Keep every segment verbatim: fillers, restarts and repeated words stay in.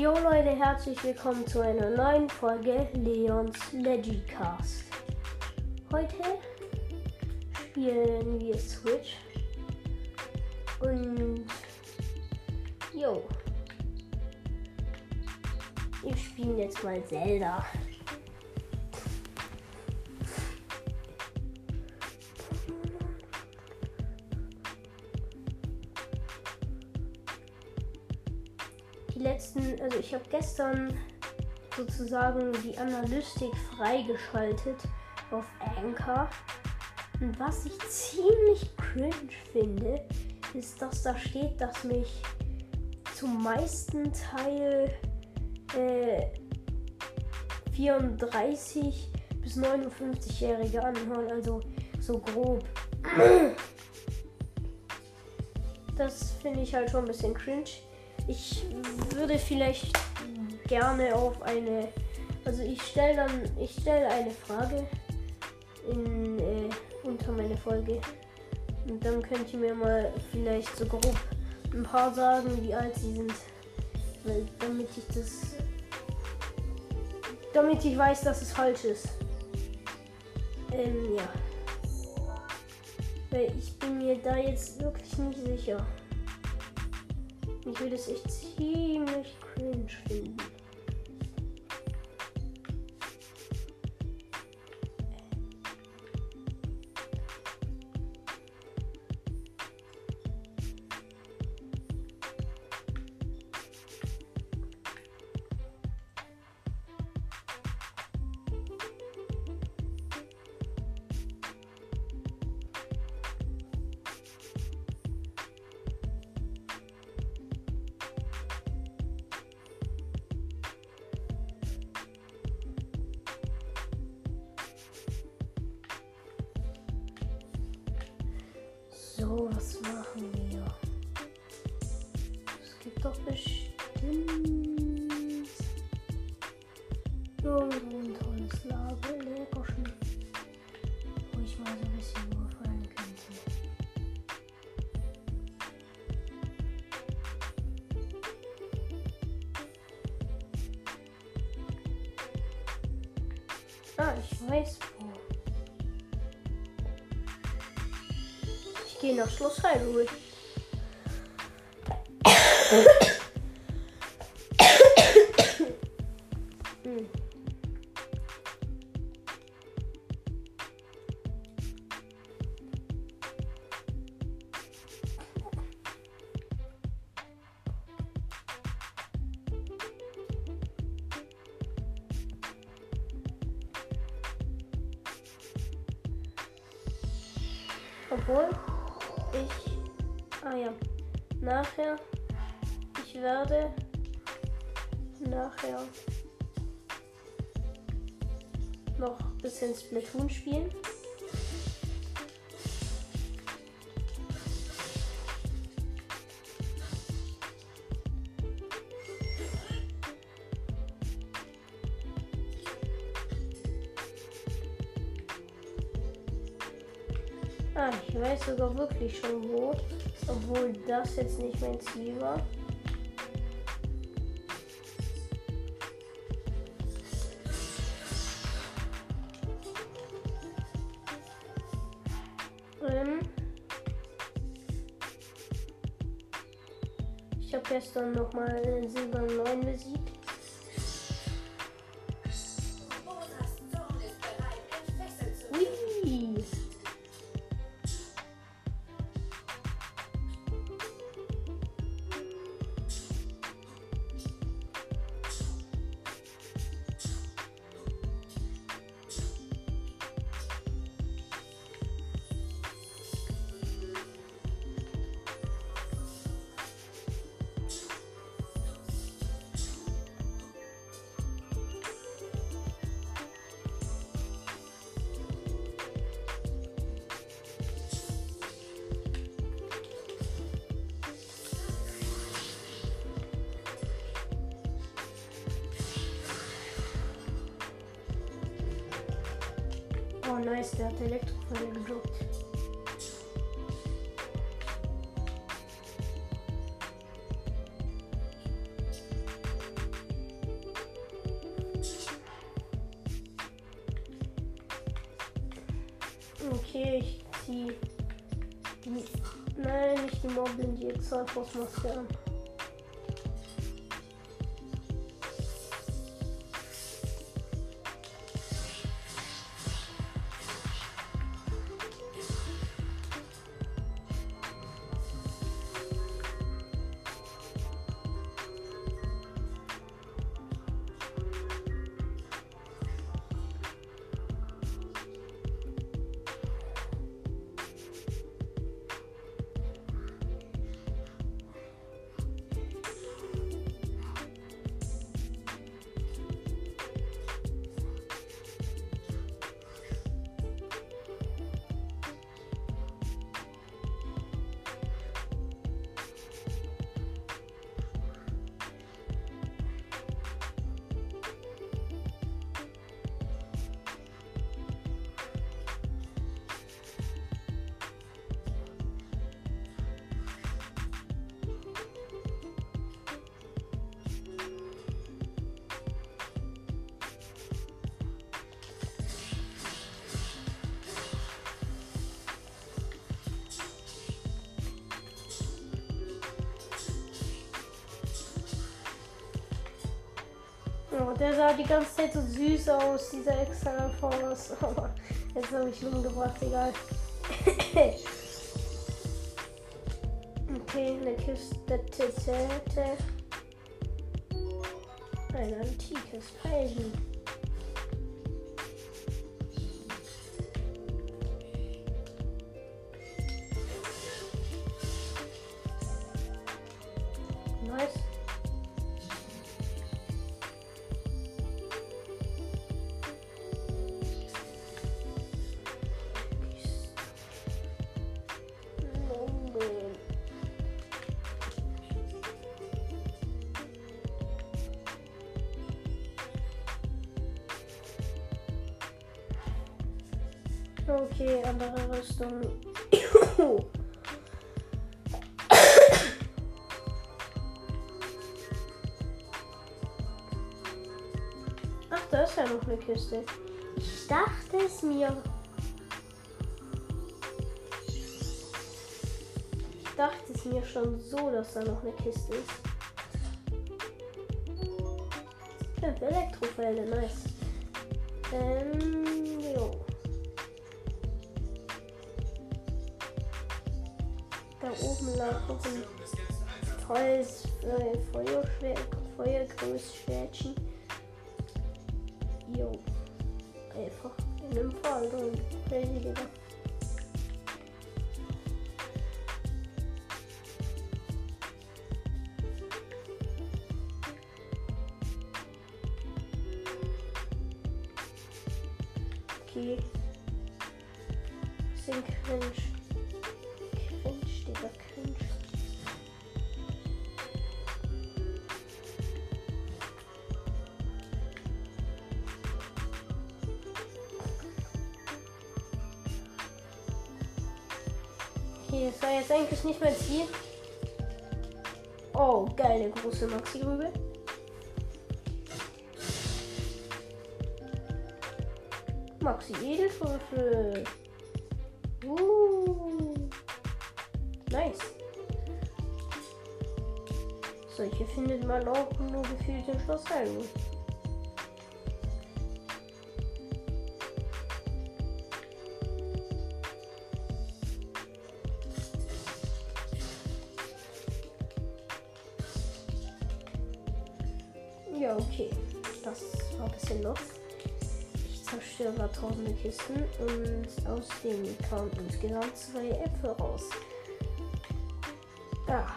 Jo Leute, herzlich willkommen zu einer neuen Folge Leons Legicast. Heute spielen wir Switch und jo, wir spielen jetzt mal Zelda. Die letzten, also ich habe gestern sozusagen die Analytik freigeschaltet auf Anchor. Und was ich ziemlich cringe finde, ist, dass da steht, dass mich zum meisten Teil äh, vierunddreißig bis neunundfünfzig-Jährige anhören, also so grob. Das finde ich halt schon ein bisschen cringe. Ich würde vielleicht gerne auf eine, also ich stelle dann, ich stelle eine Frage in, äh, unter meine Folge und dann könnt ihr mir mal vielleicht so grob ein paar sagen, wie alt sie sind, weil, damit ich das, damit ich weiß, dass es falsch ist. Ähm, ja. Weil ich bin mir da jetzt wirklich nicht sicher. Ich würde es echt ziemlich cringe finden. So, was machen wir? Es gibt doch bestimmt irgendwo ein tolles Lager, Lagerchen, wo ich mal so ein bisschen überfallen könnte. Ah, ich weiß wo. Ich gehe nach Schloss Hyrule. hm. Obwohl ich, ah ja, nachher, ich werde nachher noch ein bisschen Splatoon spielen. Ah, ich weiß sogar wirklich schon wo, obwohl das jetzt nicht mein Ziel war. Ähm ich habe gestern noch mal den Silber neun besiegt. Oh nice, der hat Elektrofeuer gedroppt. Okay, ich zieh die. Nein, nicht die Moblin, die Exalfos-Maske an. Oh, der sah die ganze Zeit so süß aus, dieser Exalfos. Aber jetzt habe ich ihn umgebracht, egal. Okay, eine Kiste. Ein antikes Felsen. Nice. Okay, andere Rüstung. Ach, da ist ja noch eine Kiste. Ich dachte es mir. Ich dachte es mir schon so, dass da noch eine Kiste ist. Fünf Elektrofälle, nice. Ähm, jo. Da oben lag noch ein tolles äh, Feuerschwer Feuergroßschwertchen. Jo. Einfach in einem Fall drin. Crazy, Digga. Okay. Bisschen cringe. Cringe, Digga, cringe. Okay, das war jetzt eigentlich nicht mein Ziel. Oh, geile große Maxi-Rübe. Maxi Edelwürfel. Uh. Nice. Solche findet man auch nur gefühlt im Schloss Hyrule. Ja, okay. Das war ein bisschen los. Zerstörer tausende Kisten und aus dem kamen insgesamt zwei Äpfel raus. Ah.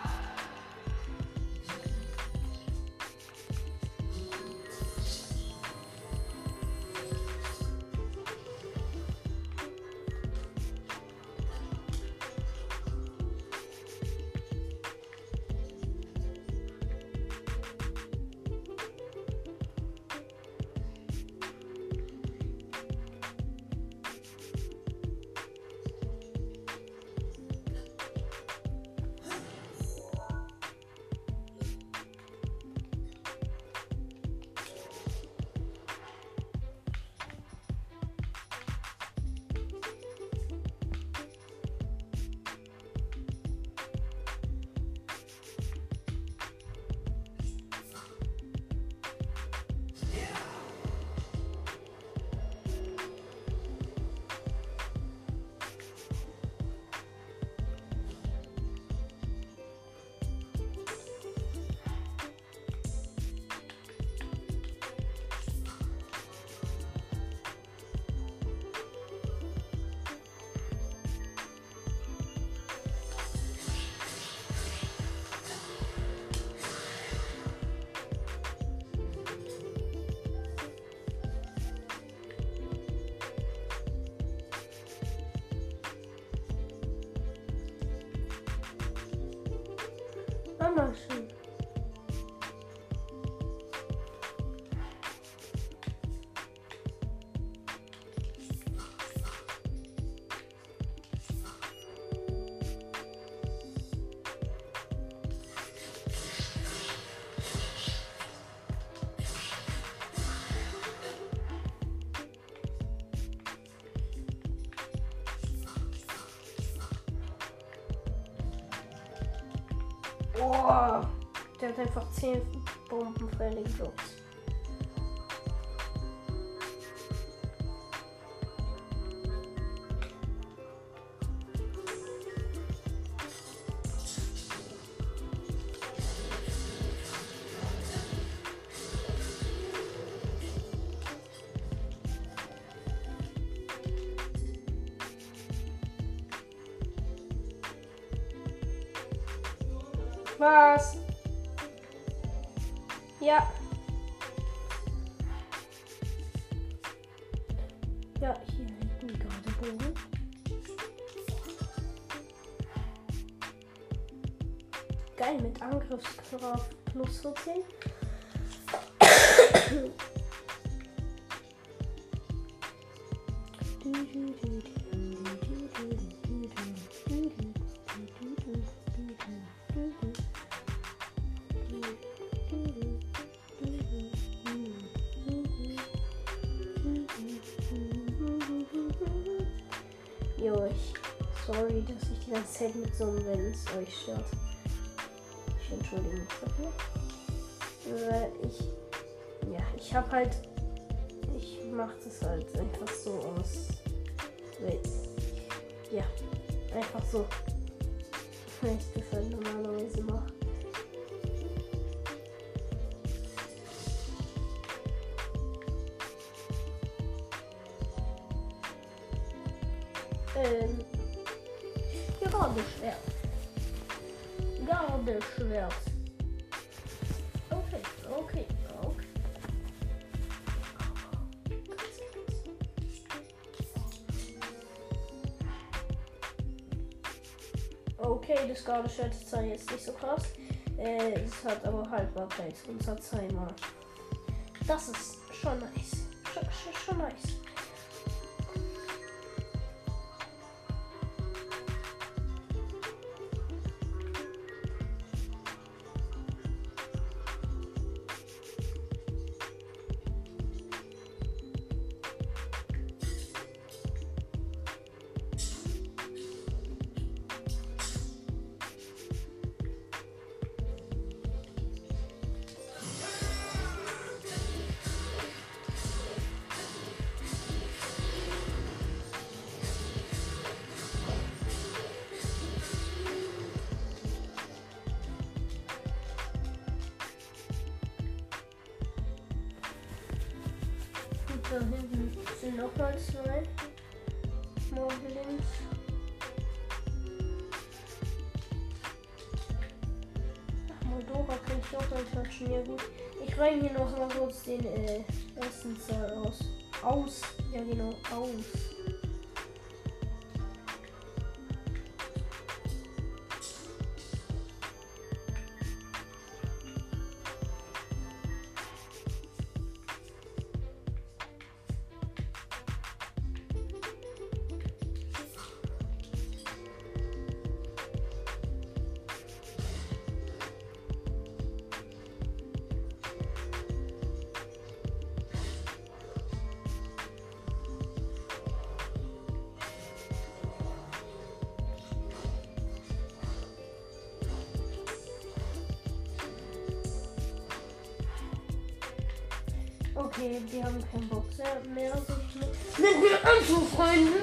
Oh, der hat einfach zehn Bombenfälle gedroppt. Was? Ja. Ja, hier liegt ein Gardebogen. Geil, mit Angriffskraft plus vierzehn. Jo, ich. Sorry, dass ich die ganze Zeit mit so einem, wenn es euch stört. Ich entschuldige mich dafür. Weil ich. Ja, ich hab halt. Ich mach das halt einfach so aus. Weil. Ja, einfach so. Weil ich das halt normalerweise mache. Ähm. Gardeschwert. Gardeschwert. Okay, okay, okay. Okay, das Gardeschwert ist zwar jetzt nicht so krass. Äh, es hat aber Haltbarkeit und es hat zweimal. Das ist schon nice. Schon, schon, schon nice. Da hinten sind noch mal zwei Moblins. Ach, Moldova kann ich auch antatschen. Ja gut. Ich räume hier noch mal kurz den äh, ersten Zahl aus. Aus. Ja genau, aus. Okay, die haben keinen Bock mehr, sich mit, mit mir anzufreunden.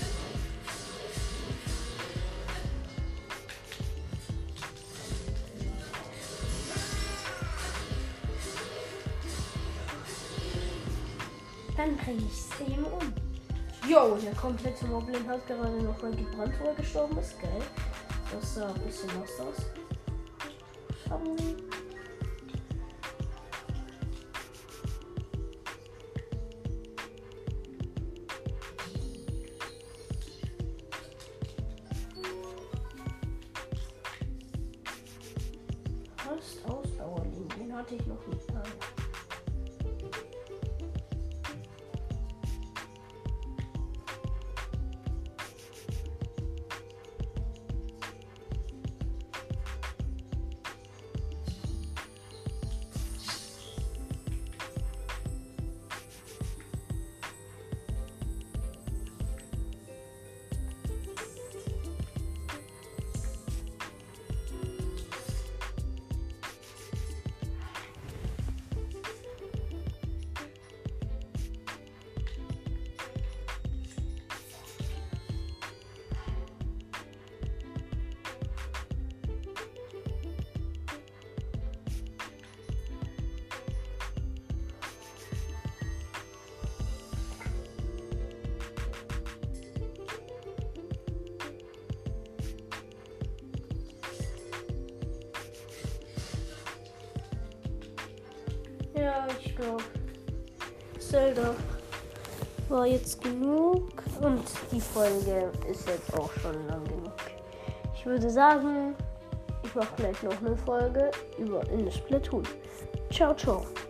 Dann bringe ich es eben um. Jo, der komplette Moblin hat gerade noch mal gebrannt, wo er gestorben ist. Geil. Das sah ein bisschen lost aus. Aber Ausdauerlinien, den hatte ich noch nicht. Ah. Ja, ich glaube. Zelda war jetzt genug und die Folge ist jetzt auch schon lang genug. Ich würde sagen, ich mache gleich noch eine Folge über in Splatoon. Ciao, ciao.